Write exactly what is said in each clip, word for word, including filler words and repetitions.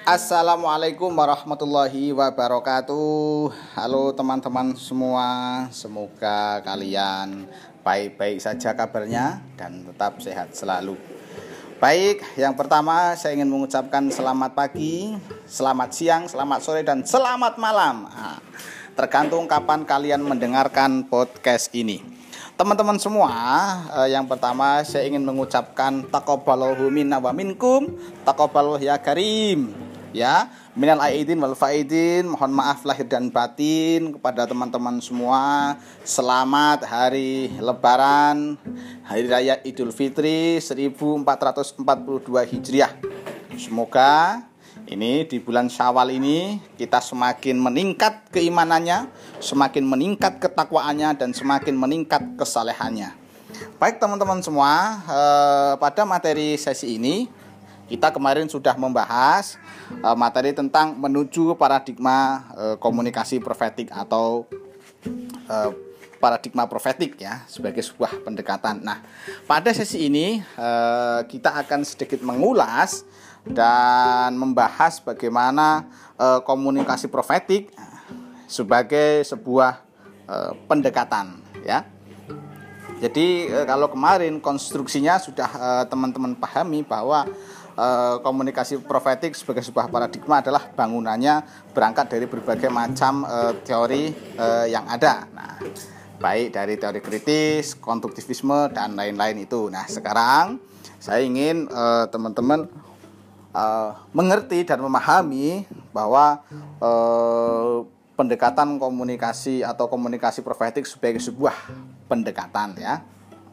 Assalamualaikum warahmatullahi wabarakatuh. Halo teman-teman semua, semoga kalian baik-baik saja kabarnya dan tetap sehat selalu. Baik, yang pertama saya ingin mengucapkan selamat pagi, selamat siang, selamat sore, dan selamat malam. Nah, tergantung kapan kalian mendengarkan podcast ini. Teman-teman semua, eh, yang pertama saya ingin mengucapkan taqabbalallahu minna wa minkum, taqabbalallahu ya karim. Ya, minal aidin wal faidin, mohon maaf lahir dan batin kepada teman-teman semua. Selamat hari Lebaran, Hari Raya Idul Fitri seribu empat ratus empat puluh dua Hijriah. Semoga ini di bulan Syawal ini kita semakin meningkat keimanannya, semakin meningkat ketakwaannya, dan semakin meningkat kesalehannya. Baik teman-teman semua, eh, pada materi sesi ini kita kemarin sudah membahas eh, materi tentang menuju paradigma eh, komunikasi profetik atau eh, paradigma profetik ya, sebagai sebuah pendekatan. Nah, pada sesi ini eh, kita akan sedikit mengulas dan membahas bagaimana e, komunikasi profetik sebagai sebuah e, pendekatan ya. Jadi e, kalau kemarin konstruksinya sudah e, teman-teman pahami bahwa e, komunikasi profetik sebagai sebuah paradigma adalah bangunannya berangkat dari berbagai macam e, teori e, yang ada. Nah, baik dari teori kritis, konstruktivisme, dan lain-lain itu. Nah, sekarang saya ingin e, teman-teman Uh, mengerti dan memahami bahwa uh, pendekatan komunikasi atau komunikasi profetik sebagai sebuah pendekatan ya.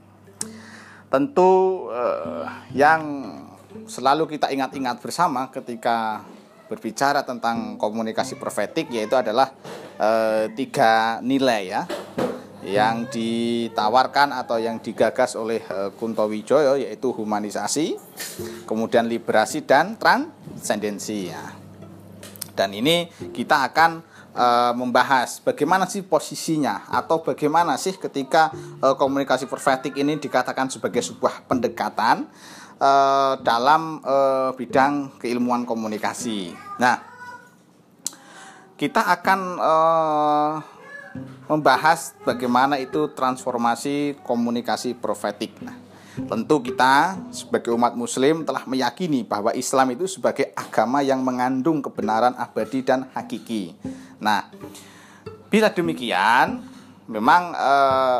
Tentu uh, yang selalu kita ingat-ingat bersama ketika berbicara tentang komunikasi profetik yaitu adalah uh, tiga nilai ya, yang ditawarkan atau yang digagas oleh uh, Kunto Wijoyo, yaitu humanisasi, kemudian liberasi, dan transendensi ya. Dan ini kita akan uh, membahas bagaimana sih posisinya atau bagaimana sih ketika uh, komunikasi profetik ini dikatakan sebagai sebuah pendekatan uh, dalam uh, bidang keilmuan komunikasi. Nah, kita akan uh, membahas bagaimana itu transformasi komunikasi profetik. Nah, tentu kita sebagai umat muslim telah meyakini bahwa Islam itu sebagai agama yang mengandung kebenaran abadi dan hakiki. Nah, bila demikian, memang eh,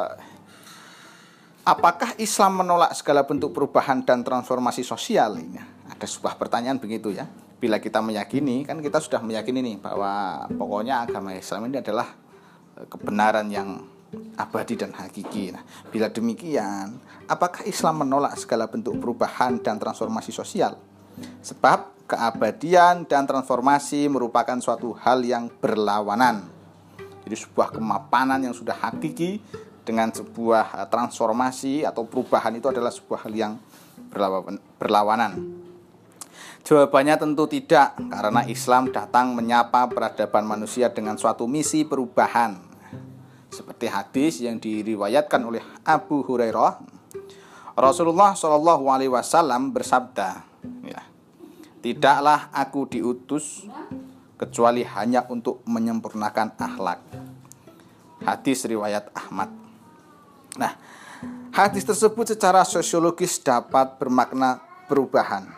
apakah Islam menolak segala bentuk perubahan dan transformasi sosial? Ini ada sebuah pertanyaan begitu ya. Bila kita meyakini, kan kita sudah meyakini nih bahwa pokoknya agama Islam ini adalah kebenaran yang abadi dan hakiki. Nah, bila demikian, apakah Islam menolak segala bentuk perubahan dan transformasi sosial? Sebab keabadian dan transformasi merupakan suatu hal yang berlawanan. Jadi sebuah kemapanan yang sudah hakiki dengan sebuah transformasi atau perubahan itu adalah sebuah hal yang berlawanan. Jawabannya tentu tidak, karena Islam datang menyapa peradaban manusia dengan suatu misi perubahan. Seperti hadis yang diriwayatkan oleh Abu Hurairah, Rasulullah shallallahu alaihi wasallam bersabda, ya, tidaklah aku diutus kecuali hanya untuk menyempurnakan akhlak. Hadis riwayat Ahmad. Nah, hadis tersebut secara sosiologis dapat bermakna perubahan,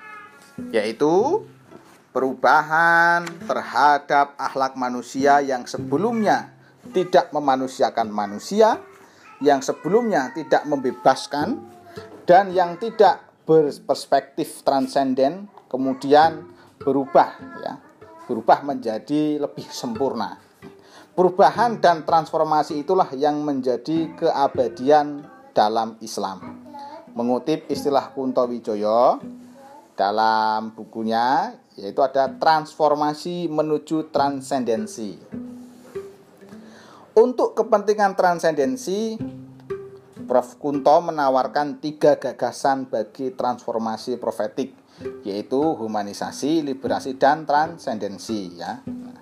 yaitu perubahan terhadap akhlak manusia yang sebelumnya tidak memanusiakan manusia, yang sebelumnya tidak membebaskan, dan yang tidak berperspektif transenden, kemudian berubah ya, berubah menjadi lebih sempurna. Perubahan dan transformasi itulah yang menjadi keabadian dalam Islam. Mengutip istilah Kunto Wijoyo dalam bukunya, yaitu ada transformasi menuju transendensi. Untuk kepentingan transendensi, Prof Kunto menawarkan tiga gagasan bagi transformasi profetik, yaitu humanisasi, liberasi, dan transendensi ya.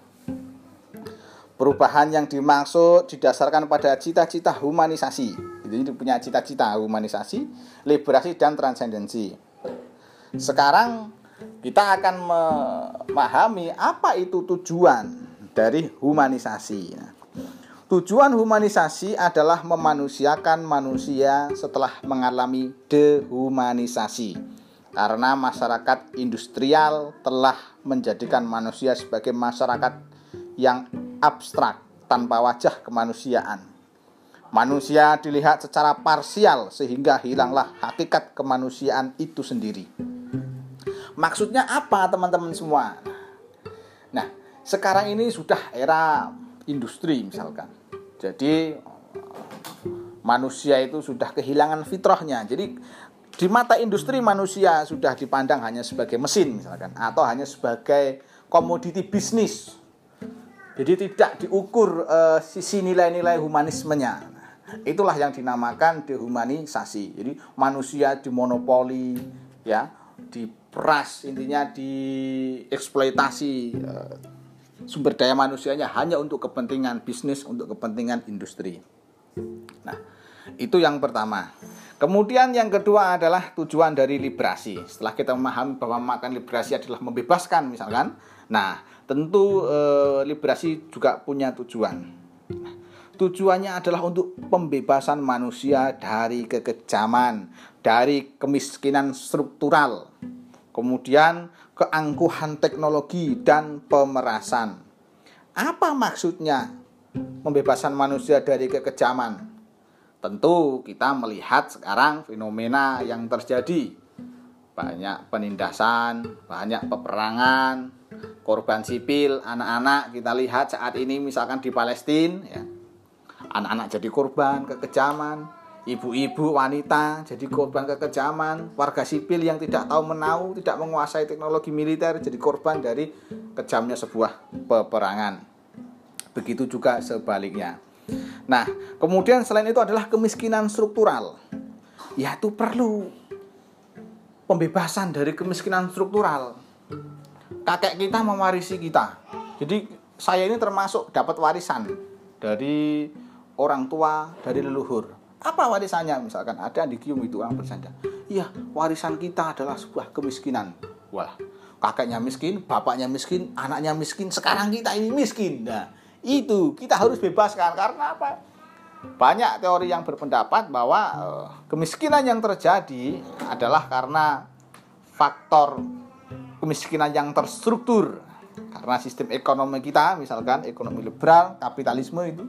Perubahan yang dimaksud didasarkan pada cita-cita humanisasi. Jadi punya cita-cita humanisasi, liberasi, dan transendensi. Sekarang kita akan memahami apa itu tujuan dari humanisasi. Nah, tujuan humanisasi adalah memanusiakan manusia setelah mengalami dehumanisasi. Karena masyarakat industrial telah menjadikan manusia sebagai masyarakat yang abstrak tanpa wajah kemanusiaan. Manusia dilihat secara parsial sehingga hilanglah hakikat kemanusiaan itu sendiri. Maksudnya apa teman-teman semua? Nah, sekarang ini sudah era industri misalkan. Jadi manusia itu sudah kehilangan fitrahnya. Jadi di mata industri manusia sudah dipandang hanya sebagai mesin misalkan, atau hanya sebagai komoditi bisnis. Jadi tidak diukur uh, sisi nilai-nilai humanismenya. Nah, itulah yang dinamakan dehumanisasi. Jadi manusia dimonopoli, ya, diperas, intinya dieksploitasi uh, sumber daya manusianya hanya untuk kepentingan bisnis, untuk kepentingan industri. Nah, itu yang pertama. Kemudian yang kedua adalah tujuan dari liberasi. Setelah kita memahami bahwa makan liberasi adalah membebaskan misalkan, nah tentu eh, liberasi juga punya tujuan. Nah, tujuannya adalah untuk pembebasan manusia dari kekejaman, dari kemiskinan struktural, kemudian keangkuhan teknologi dan pemerasan. Apa maksudnya pembebasan manusia dari kekejaman? Tentu kita melihat sekarang fenomena yang terjadi. Banyak penindasan, banyak peperangan, korban sipil, anak-anak kita lihat saat ini misalkan di Palestina, ya. Anak-anak jadi korban kekejaman, ibu-ibu, wanita jadi korban kekejaman, warga sipil yang tidak tahu menau, tidak menguasai teknologi militer jadi korban dari kejamnya sebuah peperangan. Begitu juga sebaliknya. Nah, kemudian selain itu adalah kemiskinan struktural. Yaitu perlu pembebasan dari kemiskinan struktural. Kakek kita mewarisi kita. Jadi saya ini termasuk dapat warisan dari orang tua, dari leluhur. Apa warisannya? Misalkan ada di Gium itu orang bersanda. Iya, warisan kita adalah sebuah kemiskinan. Wah, kakeknya miskin, bapaknya miskin, anaknya miskin, sekarang kita ini miskin. Nah, itu kita harus bebaskan. Karena apa? Banyak teori yang berpendapat bahwa uh, kemiskinan yang terjadi adalah karena faktor kemiskinan yang terstruktur. Karena sistem ekonomi kita, misalkan ekonomi liberal, kapitalisme itu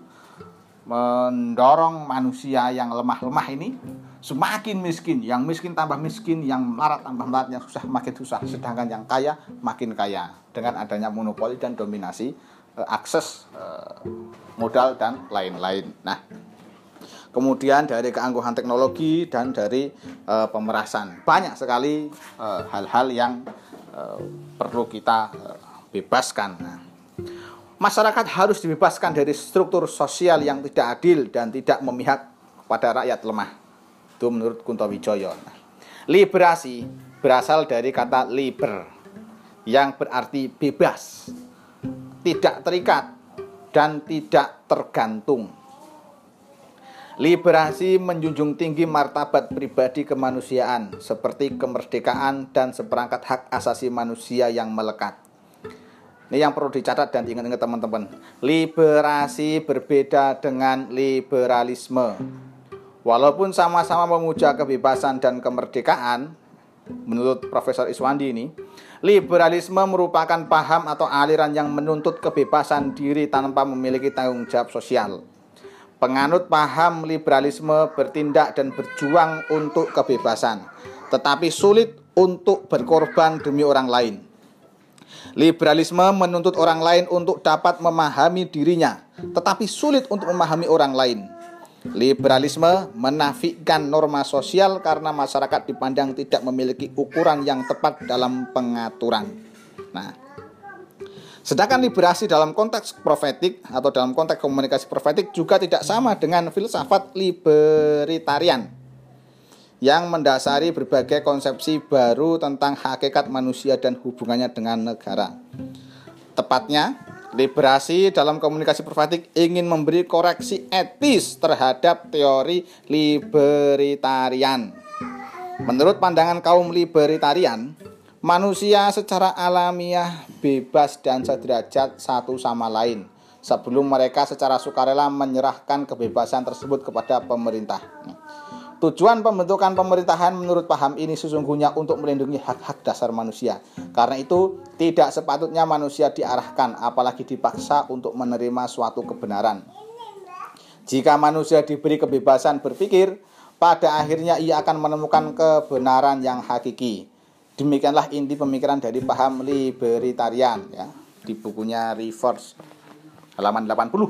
mendorong manusia yang lemah-lemah ini semakin miskin. Yang miskin tambah miskin, yang melarat tambah melarat, yang susah makin susah. Sedangkan yang kaya makin kaya dengan adanya monopoli dan dominasi akses modal dan lain-lain. Nah, kemudian dari keangkuhan teknologi dan dari uh, pemerasan, banyak sekali uh, hal-hal yang uh, perlu kita uh, bebaskan. Nah, masyarakat harus dibebaskan dari struktur sosial yang tidak adil dan tidak memihak pada rakyat lemah. Itu menurut Kunto Wijoyo. Nah, liberasi berasal dari kata liber yang berarti bebas, tidak terikat dan tidak tergantung. Liberasi menjunjung tinggi martabat pribadi kemanusiaan seperti kemerdekaan dan seperangkat hak asasi manusia yang melekat. Ini yang perlu dicatat dan diingat-ingat teman-teman. Liberasi berbeda dengan liberalisme. Walaupun sama-sama memuja kebebasan dan kemerdekaan, menurut Profesor Iswandi ini, liberalisme merupakan paham atau aliran yang menuntut kebebasan diri tanpa memiliki tanggung jawab sosial. Penganut paham liberalisme bertindak dan berjuang untuk kebebasan, tetapi sulit untuk berkorban demi orang lain. Liberalisme menuntut orang lain untuk dapat memahami dirinya, tetapi sulit untuk memahami orang lain. Liberalisme menafikan norma sosial karena masyarakat dipandang tidak memiliki ukuran yang tepat dalam pengaturan. Nah, sedangkan liberasi dalam konteks profetik atau dalam konteks komunikasi profetik juga tidak sama dengan filsafat libertarian yang mendasari berbagai konsepsi baru tentang hakikat manusia dan hubungannya dengan negara. Tepatnya, liberasi dalam komunikasi profetik ingin memberi koreksi etis terhadap teori libertarian. Menurut pandangan kaum libertarian, Manusia secara alamiah bebas dan sederajat satu sama lain sebelum mereka secara sukarela menyerahkan kebebasan tersebut kepada pemerintah. Tujuan pembentukan pemerintahan menurut paham ini sesungguhnya untuk melindungi hak-hak dasar manusia. Karena itu tidak sepatutnya manusia diarahkan apalagi dipaksa untuk menerima suatu kebenaran. Jika manusia diberi kebebasan berpikir, pada akhirnya ia akan menemukan kebenaran yang hakiki. Demikianlah inti pemikiran dari paham libertarian, ya, di bukunya Reverse halaman delapan puluh.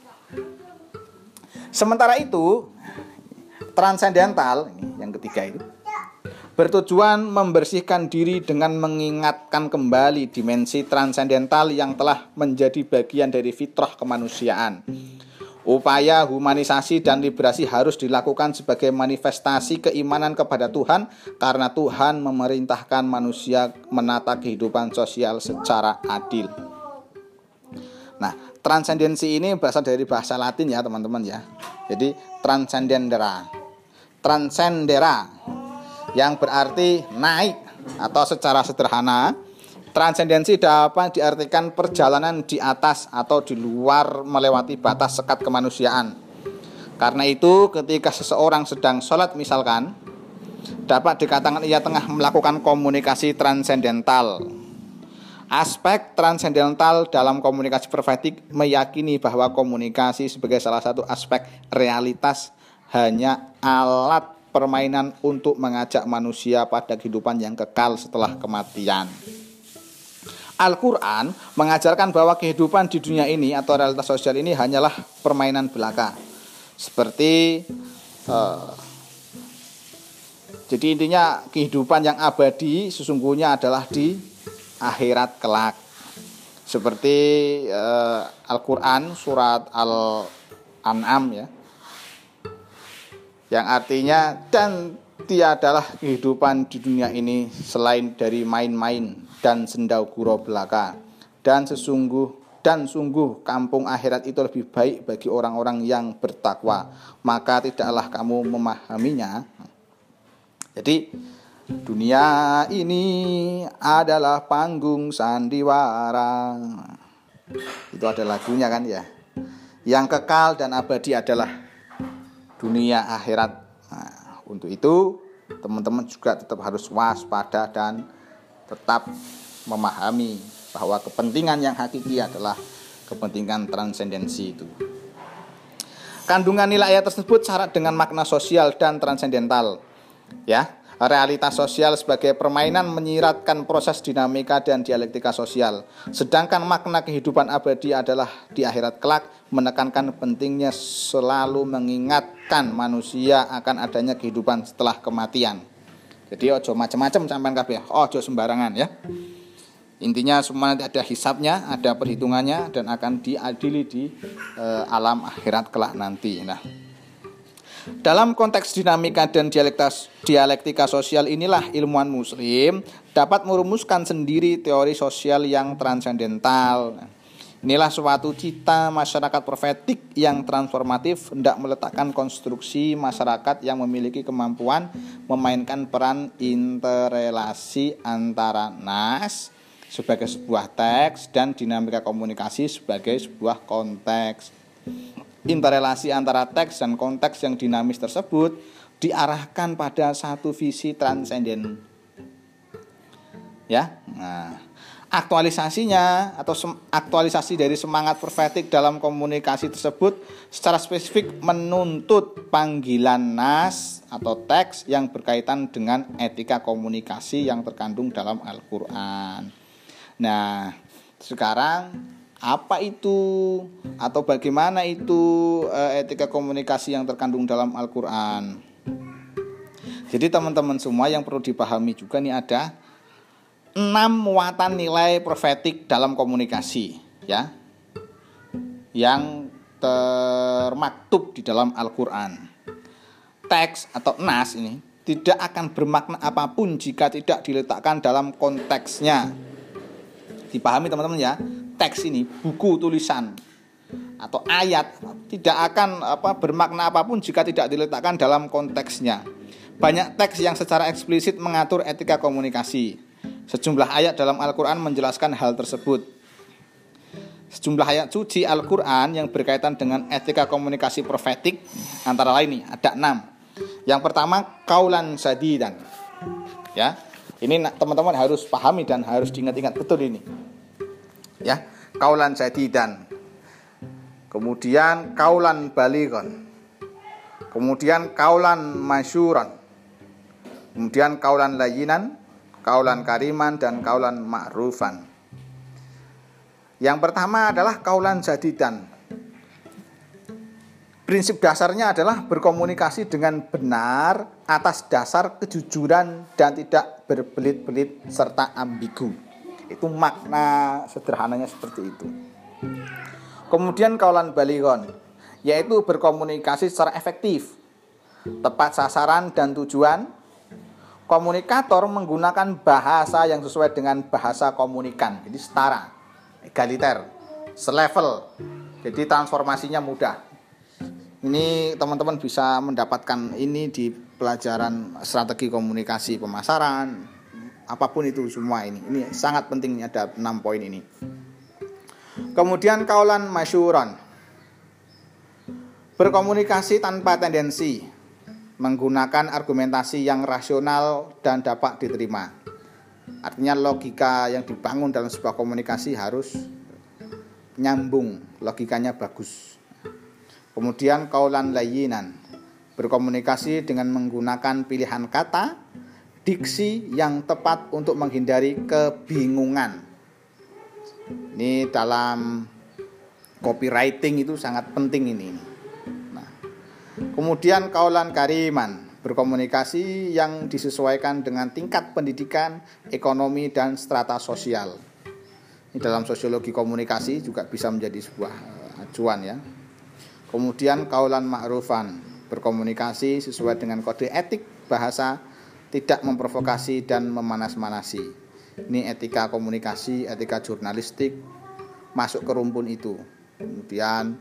Sementara itu, transendental, ini yang ketiga itu, bertujuan membersihkan diri dengan mengingatkan kembali dimensi transendental yang telah menjadi bagian dari fitrah kemanusiaan. Upaya humanisasi dan liberasi harus dilakukan sebagai manifestasi keimanan kepada Tuhan karena Tuhan memerintahkan manusia menata kehidupan sosial secara adil. Nah, transendensi ini berasal dari bahasa Latin ya teman-teman ya. Jadi transcendendera. Transcendera yang berarti naik, atau secara sederhana transendensi dapat diartikan perjalanan di atas atau di luar melewati batas sekat kemanusiaan. Karena itu ketika seseorang sedang sholat misalkan, dapat dikatakan ia tengah melakukan komunikasi transendental. Aspek transendental dalam komunikasi profetik meyakini bahwa komunikasi sebagai salah satu aspek realitas hanya alat permainan untuk mengajak manusia pada kehidupan yang kekal setelah kematian. Al-Quran mengajarkan bahwa kehidupan di dunia ini atau realitas sosial ini hanyalah permainan belaka. Seperti uh, jadi intinya kehidupan yang abadi sesungguhnya adalah di akhirat kelak. Seperti uh, Al-Quran surat Al-An'am ya, yang artinya dan tiadalah kehidupan di dunia ini selain dari main-main dan sendau gurau belaka, dan sesungguh dan sungguh kampung akhirat itu lebih baik bagi orang-orang yang bertakwa, maka tidaklah kamu memahaminya. Jadi dunia ini adalah panggung sandiwara. Itu ada lagunya kan ya. Yang kekal dan abadi adalah dunia akhirat. Nah, untuk itu teman-teman juga tetap harus waspada dan tetap memahami bahwa kepentingan yang hakiki adalah kepentingan transendensi itu. Kandungan nilai ayat tersebut syarat dengan makna sosial dan transendental. Ya, realitas sosial sebagai permainan menyiratkan proses dinamika dan dialektika sosial. Sedangkan makna kehidupan abadi adalah di akhirat kelak menekankan pentingnya selalu mengingatkan manusia akan adanya kehidupan setelah kematian. Jadi ojo macam-macam sampean kabeh, ojo sembarangan ya. Intinya semua nanti ada hisabnya, ada perhitungannya dan akan diadili di e, alam akhirat kelak nanti. Nah, dalam konteks dinamika dan dialektika, dialektika sosial inilah ilmuwan muslim dapat merumuskan sendiri teori sosial yang transendental. Inilah suatu cita masyarakat profetik yang transformatif, hendak meletakkan konstruksi masyarakat yang memiliki kemampuan memainkan peran interrelasi antara nas sebagai sebuah teks dan dinamika komunikasi sebagai sebuah konteks. Interrelasi antara teks dan konteks yang dinamis tersebut diarahkan pada satu visi transenden. Ya, nah. Aktualisasinya atau aktualisasi dari semangat profetik dalam komunikasi tersebut secara spesifik menuntut panggilan nas atau teks yang berkaitan dengan etika komunikasi yang terkandung dalam Al-Quran. Nah, sekarang apa itu atau bagaimana itu etika komunikasi yang terkandung dalam Al-Quran? Jadi teman-teman semua yang perlu dipahami juga nih ada enam muatan nilai profetik dalam komunikasi ya, yang termaktub di dalam Al-Quran. Teks atau nas ini tidak akan bermakna apapun jika tidak diletakkan dalam konteksnya. Dipahami teman-teman ya, teks ini buku tulisan atau ayat tidak akan apa bermakna apapun jika tidak diletakkan dalam konteksnya. Banyak teks yang secara eksplisit mengatur etika komunikasi. Sejumlah ayat dalam Al-Quran menjelaskan hal tersebut. Sejumlah ayat suci Al-Quran yang berkaitan dengan etika komunikasi profetik antara lain nih, ada enam. Yang pertama, kaulan sadidan. Ya, ini teman-teman harus pahami dan harus diingat-ingat betul ini. Ya, kaulan sadidan. Kemudian kaulan balighon. Kemudian kaulan masyuran. Kemudian kaulan layyinan, kaulan kariman, dan kaulan ma'rufan. Yang pertama adalah kaulan sadidan. Prinsip dasarnya adalah berkomunikasi dengan benar atas dasar kejujuran dan tidak berbelit-belit serta ambigu. Itu makna sederhananya seperti itu. Kemudian kaulan balighon, yaitu berkomunikasi secara efektif, tepat sasaran dan tujuan. Komunikator menggunakan bahasa yang sesuai dengan bahasa komunikan, jadi setara, egaliter, selevel. Jadi transformasinya mudah. Ini teman-teman bisa mendapatkan ini di pelajaran strategi komunikasi pemasaran, apapun itu semua ini. Ini sangat penting, ada enam poin ini. Kemudian kaulan masyuron, berkomunikasi tanpa tendensi, menggunakan argumentasi yang rasional dan dapat diterima. Artinya logika yang dibangun dalam sebuah komunikasi harus nyambung, logikanya bagus. Kemudian kaulan layyinan, berkomunikasi dengan menggunakan pilihan kata, diksi yang tepat untuk menghindari kebingungan. Ini dalam copywriting itu sangat penting ini. Nah, kemudian kaulan kariman, berkomunikasi yang disesuaikan dengan tingkat pendidikan, ekonomi, dan strata sosial. Ini dalam sosiologi komunikasi juga bisa menjadi sebuah acuan ya. Kemudian kaulan ma'rufan, berkomunikasi sesuai dengan kode etik bahasa, tidak memprovokasi dan memanas-manasi. Ini etika komunikasi, etika jurnalistik, masuk ke rumpun itu. Kemudian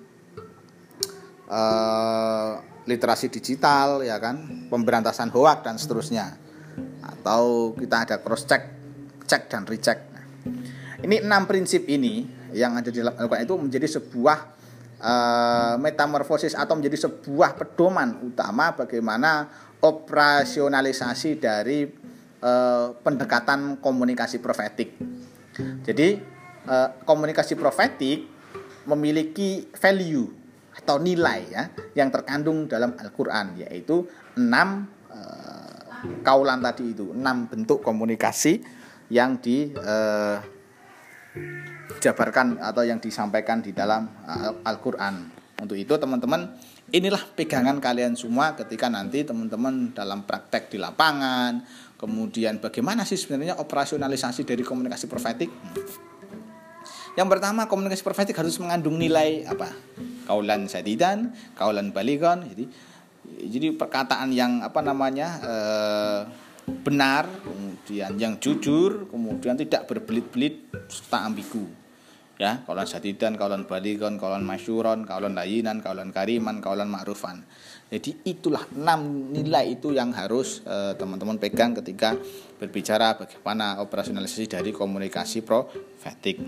eh, literasi digital, ya kan, pemberantasan hoak dan seterusnya. Atau kita ada cross check, cek dan recheck. Nah, ini enam prinsip ini yang ada di dalam Al-Quran itu menjadi sebuah Uh, metamorfosis atau menjadi sebuah pedoman utama bagaimana operasionalisasi dari uh, pendekatan komunikasi profetik. Jadi uh, komunikasi profetik memiliki value atau nilai ya yang terkandung dalam Al-Quran, yaitu enam uh, kaulan tadi itu, enam bentuk komunikasi yang di uh, jabarkan atau yang disampaikan di dalam Al-Quran. Untuk itu teman-teman, inilah pegangan kalian semua ketika nanti teman-teman dalam praktek di lapangan. Kemudian bagaimana sih sebenarnya operasionalisasi dari komunikasi profetik? Yang pertama, komunikasi profetik harus mengandung nilai apa? Kaulan sadidan, kaulan balighon. Jadi jadi perkataan yang apa namanya eh, benar, kemudian yang jujur, kemudian tidak berbelit-belit serta ambigu. Ya, kaulan sadidan, kaulan balighon, kaulan masyuron, kaulan layyinan, kaulan kariman, kaulan ma'rufan. Jadi itulah enam nilai itu yang harus eh, teman-teman pegang ketika berbicara bagaimana operasionalisasi dari komunikasi profetik.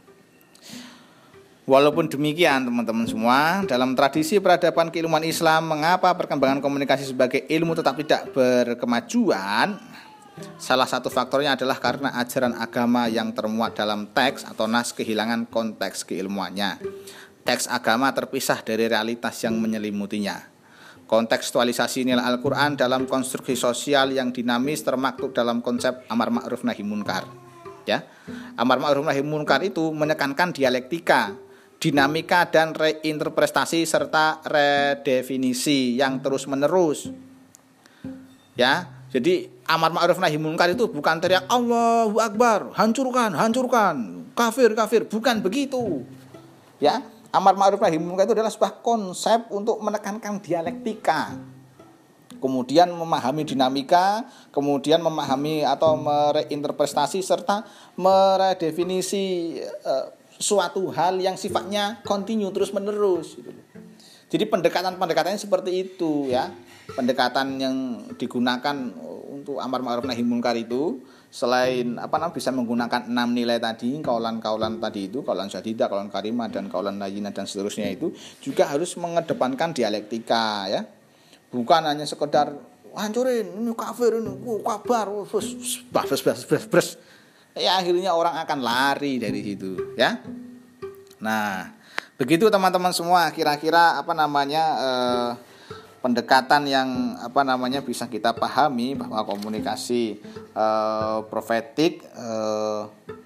Walaupun demikian teman-teman semua, dalam tradisi peradaban keilmuan Islam, mengapa perkembangan komunikasi sebagai ilmu tetap tidak berkemajuan? Salah satu faktornya adalah karena ajaran agama yang termuat dalam teks atau nas kehilangan konteks keilmuannya. Teks agama terpisah dari realitas yang menyelimutinya. Kontekstualisasi nilai Al-Quran dalam konstruksi sosial yang dinamis termaktub dalam konsep amar ma'ruf nahi munkar. Ya, amar ma'ruf nahi munkar itu menekankan dialektika, dinamika dan reinterpretasi serta redefinisi yang terus-menerus. Ya, jadi amar ma'ruf nahi munkar itu bukan teriak Allahu Akbar, hancurkan, hancurkan, kafir, kafir, bukan begitu. Ya, amar ma'ruf nahi munkar itu adalah sebuah konsep untuk menekankan dialektika. Kemudian memahami dinamika, kemudian memahami atau mereinterpretasi serta meredefinisi uh, suatu hal yang sifatnya kontinu terus-menerus gitu. Jadi pendekatan-pendekatannya seperti itu ya. Pendekatan yang digunakan untuk amar ma'ruf nahi munkar itu selain apa namanya bisa menggunakan enam nilai tadi, kaulan-kaulan tadi itu, kaulan syadidah, kaulan karimah dan kaulan layyinah dan seterusnya itu juga harus mengedepankan dialektika ya. Bukan hanya sekedar hancurin, ini kafir ini, oh, kabar, oh, bres, bres, bres, bres, bres. Ya akhirnya orang akan lari dari situ ya. Nah, begitu teman-teman semua kira-kira apa namanya eh, pendekatan yang apa namanya bisa kita pahami bahwa komunikasi eh, profetik eh,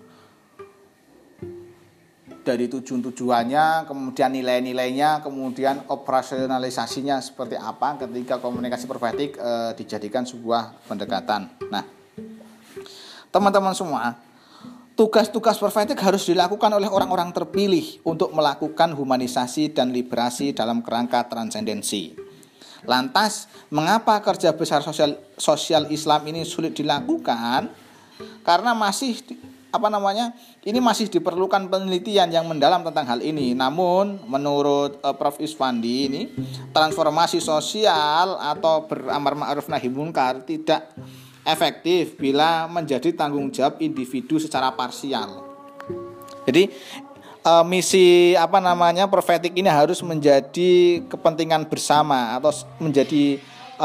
dari tujuan-tujuannya, kemudian nilai-nilainya, kemudian operasionalisasinya seperti apa ketika komunikasi profetik eh, dijadikan sebuah pendekatan. Nah, teman-teman semua, tugas-tugas profetik harus dilakukan oleh orang-orang terpilih untuk melakukan humanisasi dan liberasi dalam kerangka transendensi. Lantas, mengapa kerja besar sosial sosial Islam ini sulit dilakukan? Karena masih apa namanya? Ini masih diperlukan penelitian yang mendalam tentang hal ini. Namun, menurut uh, Profesor Isfandi ini, transformasi sosial atau beramar ma'ruf nahi munkar tidak efektif bila menjadi tanggung jawab individu secara parsial. Jadi Uh, misi apa namanya profetik ini harus menjadi kepentingan bersama atau menjadi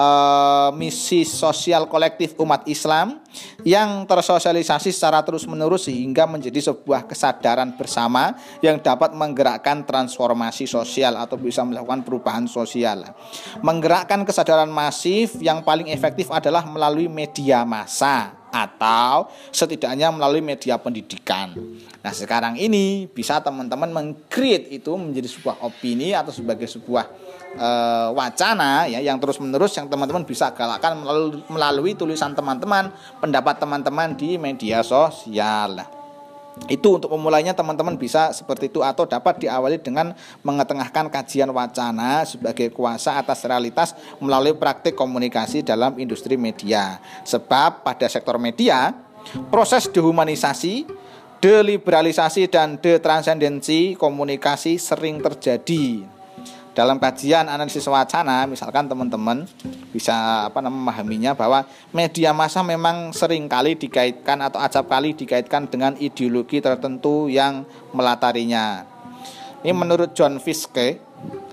uh, misi sosial kolektif umat Islam yang tersosialisasi secara terus-menerus sehingga menjadi sebuah kesadaran bersama yang dapat menggerakkan transformasi sosial atau bisa melakukan perubahan sosial. Menggerakkan kesadaran masif yang paling efektif adalah melalui media massa atau setidaknya melalui media pendidikan. Nah, sekarang ini bisa teman-teman meng-create itu menjadi sebuah opini atau sebagai sebuah e, wacana ya yang terus-menerus yang teman-teman bisa galakkan melalui, melalui tulisan teman-teman, pendapat teman-teman di media sosial. Nah, itu untuk memulainya teman-teman bisa seperti itu atau dapat diawali dengan mengetengahkan kajian wacana sebagai kuasa atas realitas melalui praktik komunikasi dalam industri media. Sebab pada sektor media, proses dehumanisasi, deliberalisasi dan detransendensi komunikasi sering terjadi. Dalam kajian analisis wacana, misalkan teman-teman bisa apa namanya memahaminya bahwa media massa memang sering kali dikaitkan atau acap kali dikaitkan dengan ideologi tertentu yang melatarinya. Ini menurut John Fiske,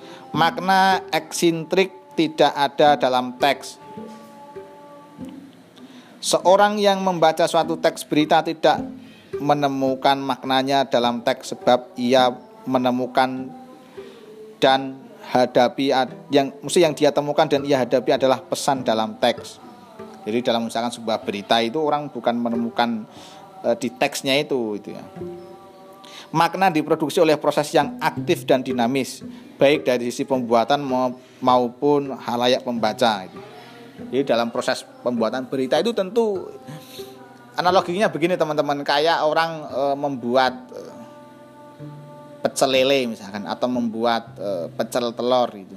makna eksintrik tidak ada dalam teks. Seorang yang membaca suatu teks berita tidak menemukan maknanya dalam teks sebab ia menemukan dan hadapi yang mesti yang dia temukan dan ia hadapi adalah pesan dalam teks. Jadi dalam misalkan sebuah berita itu orang bukan menemukan e, di teksnya itu itu ya. Makna diproduksi oleh proses yang aktif dan dinamis, baik dari sisi pembuatan maupun halayak pembaca itu. Jadi dalam proses pembuatan berita itu tentu analoginya begini teman-teman, kayak orang e, membuat e, pecel lele misalkan atau membuat e, pecel telur itu.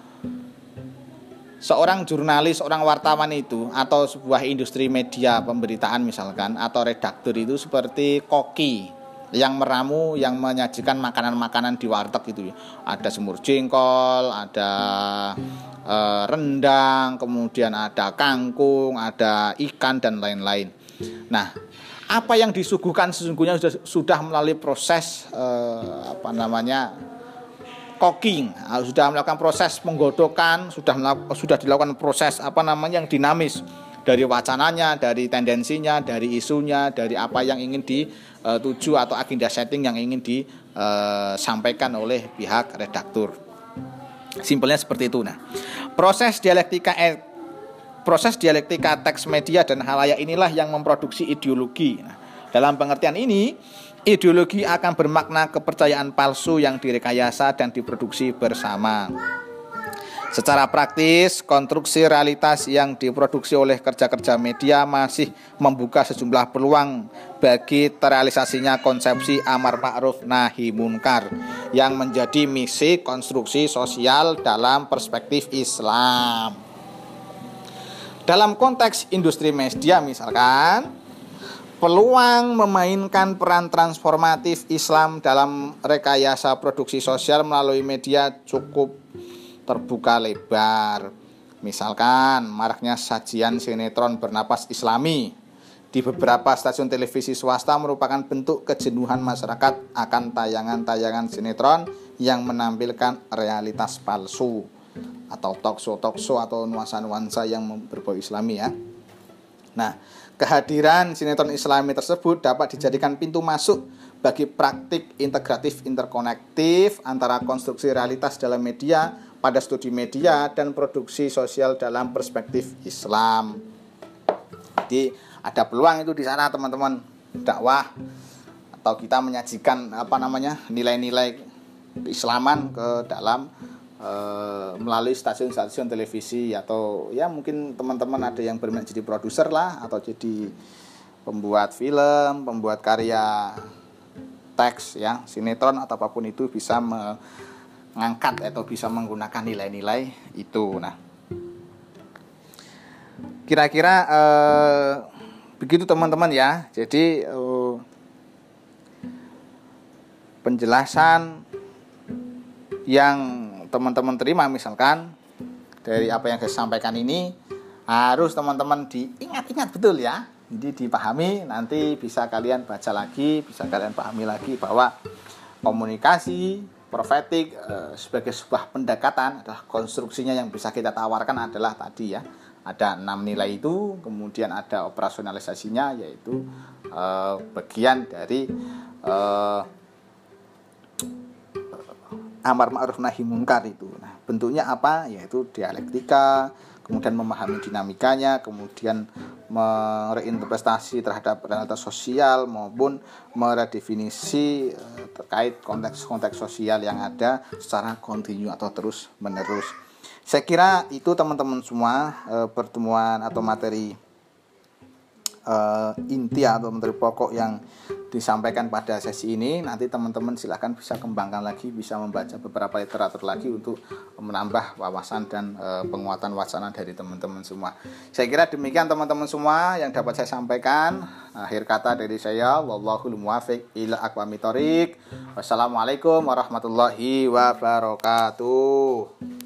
Seorang jurnalis, orang wartawan itu atau sebuah industri media pemberitaan misalkan atau redaktur itu seperti koki yang meramu, yang menyajikan makanan-makanan di warteg itu ya. Ada semur jengkol, ada e, rendang, kemudian ada kangkung, ada ikan dan lain-lain. Nah, apa yang disuguhkan sesungguhnya sudah, sudah melalui proses eh, apa namanya cooking, sudah melakukan proses penggodokan, sudah melakukan, sudah dilakukan proses apa namanya yang dinamis dari wacananya, dari tendensinya, dari isunya, dari apa yang ingin dituju atau agenda setting yang ingin disampaikan oleh pihak redaktur. Simpelnya seperti itu. Nah, proses dialektika Proses dialektika teks media dan halayak inilah yang memproduksi ideologi. Nah, dalam pengertian ini, ideologi akan bermakna kepercayaan palsu yang direkayasa dan diproduksi bersama. Secara praktis, konstruksi realitas yang diproduksi oleh kerja-kerja media masih membuka sejumlah peluang bagi terrealisasinya konsepsi amar ma'ruf nahi munkar yang menjadi misi konstruksi sosial dalam perspektif Islam. Dalam konteks industri media misalkan, peluang memainkan peran transformatif Islam dalam rekayasa produksi sosial melalui media cukup terbuka lebar. Misalkan maraknya sajian sinetron bernapas Islami di beberapa stasiun televisi swasta merupakan bentuk kejenuhan masyarakat akan tayangan-tayangan sinetron yang menampilkan realitas palsu atau talkshow-talkshow atau nuansa-nuansa yang berbau Islami ya. Nah, kehadiran sinetron Islami tersebut dapat dijadikan pintu masuk bagi praktik integratif interkonektif antara konstruksi realitas dalam media pada studi media dan produksi sosial dalam perspektif Islam. Jadi ada peluang itu di sana teman-teman, dakwah atau kita menyajikan apa namanya nilai-nilai keislaman ke dalam e, melalui stasiun-stasiun televisi atau ya mungkin teman-teman ada yang berminat jadi produser lah atau jadi pembuat film, pembuat karya teks ya sinetron atau apapun itu bisa mengangkat atau bisa menggunakan nilai-nilai itu. Nah, kira-kira eh, begitu teman-teman ya. Jadi eh, penjelasan yang teman-teman terima misalkan dari apa yang saya sampaikan ini harus teman-teman diingat-ingat betul ya. Jadi dipahami, nanti bisa kalian baca lagi, bisa kalian pahami lagi bahwa komunikasi profetik e, sebagai sebuah pendekatan adalah konstruksinya yang bisa kita tawarkan adalah tadi ya. Ada enam nilai itu, kemudian ada operasionalisasinya yaitu e, bagian dari e, amar ma'ruf nahi mungkar itu. Nah, bentuknya apa? Yaitu dialektika, kemudian memahami dinamikanya, kemudian mereinterpretasi terhadap realitas sosial maupun meredefinisi terkait konteks-konteks sosial yang ada secara kontinu atau terus menerus. Saya kira itu teman-teman semua pertemuan atau materi inti atau materi pokok yang disampaikan pada sesi ini. Nanti teman-teman silahkan bisa kembangkan lagi, bisa membaca beberapa literatur lagi untuk menambah wawasan dan e, penguatan wacana dari teman-teman semua. Saya kira demikian teman-teman semua yang dapat saya sampaikan. Akhir kata dari saya, wallahul muwaffiq ila aqwamit thoriq. Wassalamualaikum warahmatullahi wabarakatuh.